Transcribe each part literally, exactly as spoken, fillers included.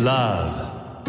Love。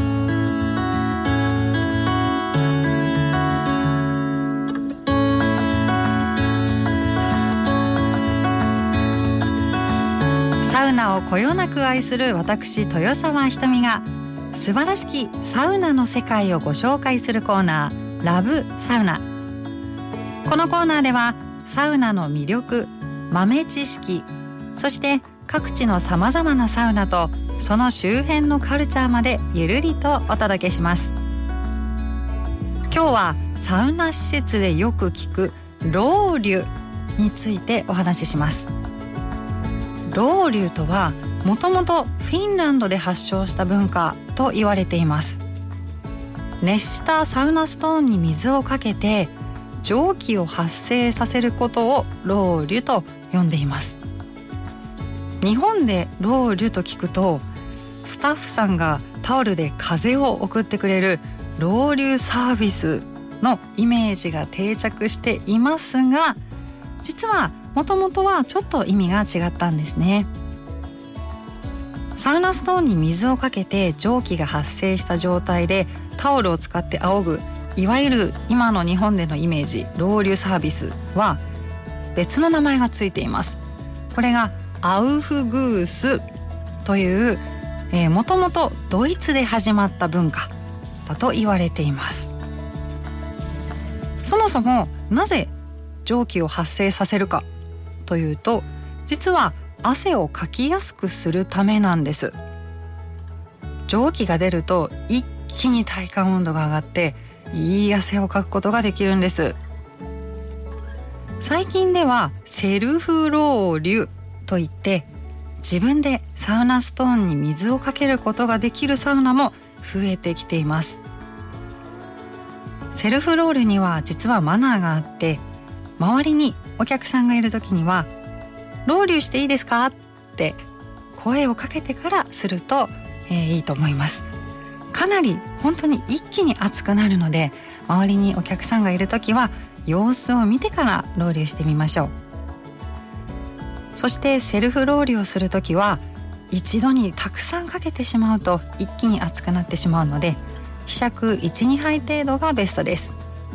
サウナをこよなく愛する私豊沢ひとみが素晴らしきサウナの世界をご紹介するコーナー、ラブサウナ。このコーナーではサウナの魅力、豆知識、そして各地のさまざまなサウナとその周辺のカルチャーまでゆるりとお届けします。今日はサウナ施設でよく聞くロウリュについてお話しします。ロウリュとはもともとフィンランドで発祥した文化と言われています。熱したサウナストーンに水をかけて蒸気を発生させることをロウリュと呼んでいます。日本でロウリュと聞くとスタッフさんがタオルで風を送ってくれるロウリュサービスのイメージが定着していますが、実はもともとはちょっと意味が違ったんですね。サウナストーンに水をかけて蒸気が発生した状態でタオルを使って仰ぐ、いわゆる今の日本でのイメージロウリュサービスは別の名前がついています。これがアウフグースという、えー、もともとドイツで始まった文化だと言われています。そもそもなぜ蒸気を発生させるかというと、実は汗をかきやすくするためなんです。蒸気が出ると一気に体感温度が上がっていい汗をかくことができるんです。最近ではセルフロウリュといって自分でサウナストーンに水をかけることができるサウナも増えてきています。セルフロウリュには実はマナーがあって、周りにお客さんがいる時にはロウリュしていいですかって声をかけてからすると、えー、いいと思います。かなり本当に一気に熱くなるので、周りにお客さんがいる時は様子を見てからロウリュしてみましょう。そしてセルフロウリュをする時は一度にたくさんかけてしまうと一気に熱くなってしまうので、ひしゃく いち、にはい程度がベストです。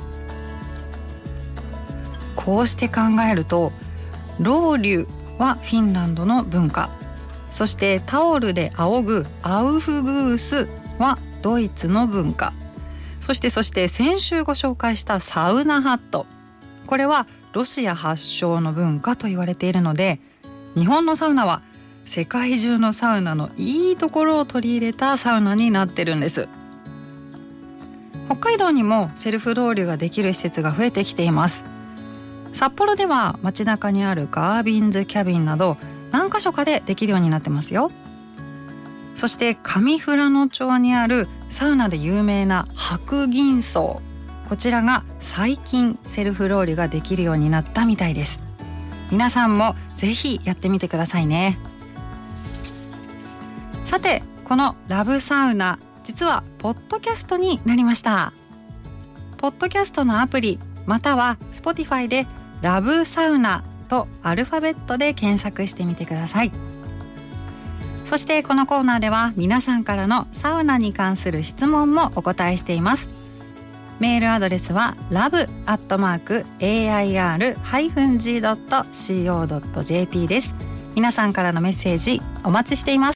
こうして考えるとロウリュはフィンランドの文化、そしてタオルで仰ぐアウフグースはドイツの文化、そしてそして先週ご紹介したサウナハット、これはロシア発祥の文化と言われているので、日本のサウナは世界中のサウナのいいところを取り入れたサウナになってるんです。北海道にもセルフロウリュができる施設が増えてきています。札幌では街中にあるガービンズキャビンなど何か所かでできるようになってますよ。そして上富良野町にあるサウナで有名な白銀荘、こちらが最近セルフロウリュができるようになったみたいです。皆さんもぜひやってみてくださいね。さて、このラブサウナ、実はポッドキャストになりました。ポッドキャストのアプリまたは Spotify でラブサウナとアルファベットで検索してみてください。そしてこのコーナーでは皆さんからのサウナに関する質問もお答えしています。メールアドレスは ラブ アットマーク エーアイアール ハイフン ジー ドット シーオー ドット ジェーピー です。皆さんからのメッセージお待ちしています。